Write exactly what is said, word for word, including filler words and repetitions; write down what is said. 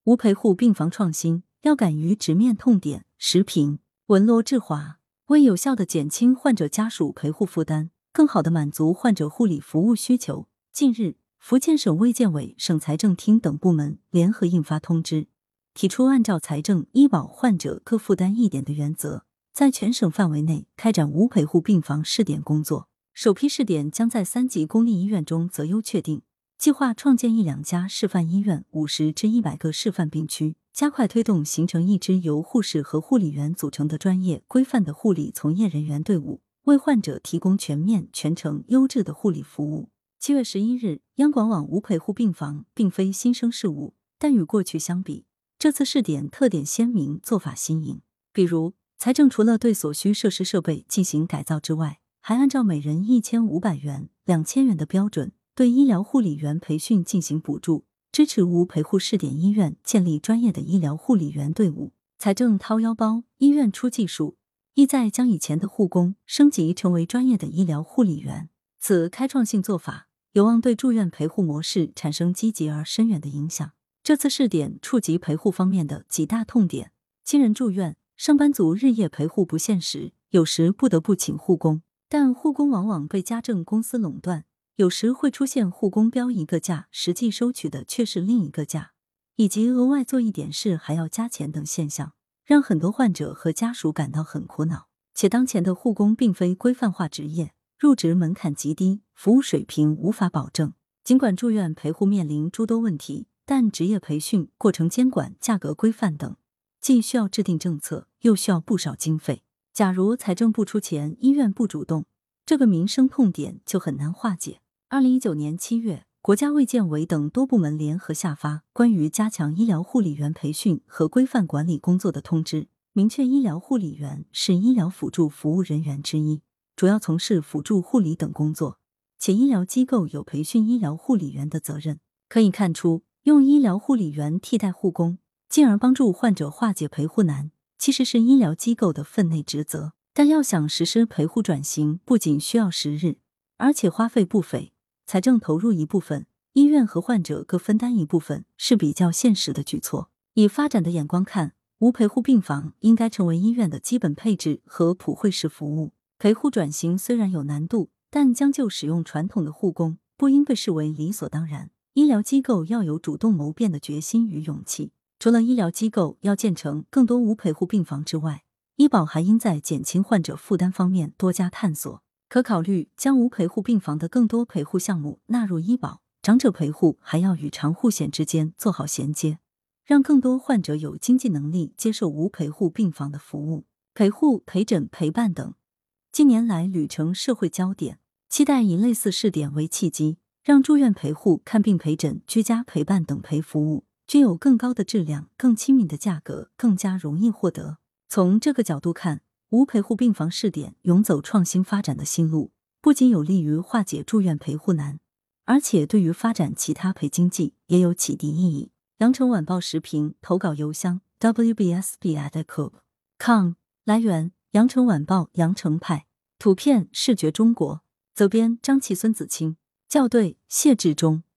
无陪护病房创新要敢于直面痛点。时评文罗志华。为有效地减轻患者家属陪护负担，更好地满足患者护理服务需求，近日，福建省卫健委、省财政厅等部门联合印发通知，提出按照财政、医保患者各负担一点的原则，在全省范围内开展无陪护病房试点工作。首批试点将在三级公立医院中择优确定，计划创建一两家示范医院，五十至一百个示范病区，加快推动形成一支由护士和护理员组成的专业规范的护理从业人员队伍，为患者提供全面、全程、优质的护理服务。七月十一日，央广网无陪护病房并非新生事物，但与过去相比，这次试点特点鲜明，做法新颖。比如，财政除了对所需设施设备进行改造之外，还按照每人一千五百元、两千元的标准，对医疗护理员培训进行补助，支持无陪护试点医院建立专业的医疗护理员队伍。财政掏腰包，医院出技术，意在将以前的护工升级成为专业的医疗护理员。此开创性做法有望对住院陪护模式产生积极而深远的影响。这次试点触及陪护方面的几大痛点：亲人住院，上班族日夜陪护不现实，有时不得不请护工，但护工往往被家政公司垄断，有时会出现护工标一个价，实际收取的却是另一个价，以及额外做一点事还要加钱等现象，让很多患者和家属感到很苦恼。且当前的护工并非规范化职业，入职门槛极低，服务水平无法保证。尽管住院陪护面临诸多问题，但职业培训、过程监管、价格规范等，既需要制定政策，又需要不少经费。假如财政不出钱，医院不主动，这个民生痛点就很难化解。二零一九年七月，国家卫健委等多部门联合下发关于加强医疗护理员培训和规范管理工作的通知，明确医疗护理员是医疗辅助服务人员之一，主要从事辅助护理等工作，且医疗机构有培训医疗护理员的责任。可以看出，用医疗护理员替代护工，进而帮助患者化解陪护难，其实是医疗机构的分内职责。但要想实施陪护转型，不仅需要时日，而且花费不菲，财政投入一部分，医院和患者各分担一部分，是比较现实的举措。以发展的眼光看，无陪护病房应该成为医院的基本配置和普惠式服务。陪护转型虽然有难度，但将就使用传统的护工，不应被视为理所当然。医疗机构要有主动谋变的决心与勇气。除了医疗机构要建成更多无陪护病房之外，医保还应在减轻患者负担方面多加探索。可考虑将无陪护病房的更多陪护项目纳入医保，长者陪护还要与长护险之间做好衔接，让更多患者有经济能力接受无陪护病房的服务。陪护、陪诊、陪伴等近年来屡成社会焦点，期待以类似试点为契机，让住院陪护、看病陪诊、居家陪伴等陪服务具有更高的质量、更亲民的价格，更加容易获得。从这个角度看，无陪护病房试点勇走创新发展的新路，不仅有利于化解住院陪护难，而且对于发展其他陪经济也有启迪意义。羊城晚报时评投稿邮箱 w b s b at c o b 点 com 来源羊城晚报羊城派，图片视觉中国，责编张琪孙子清，校对谢志忠。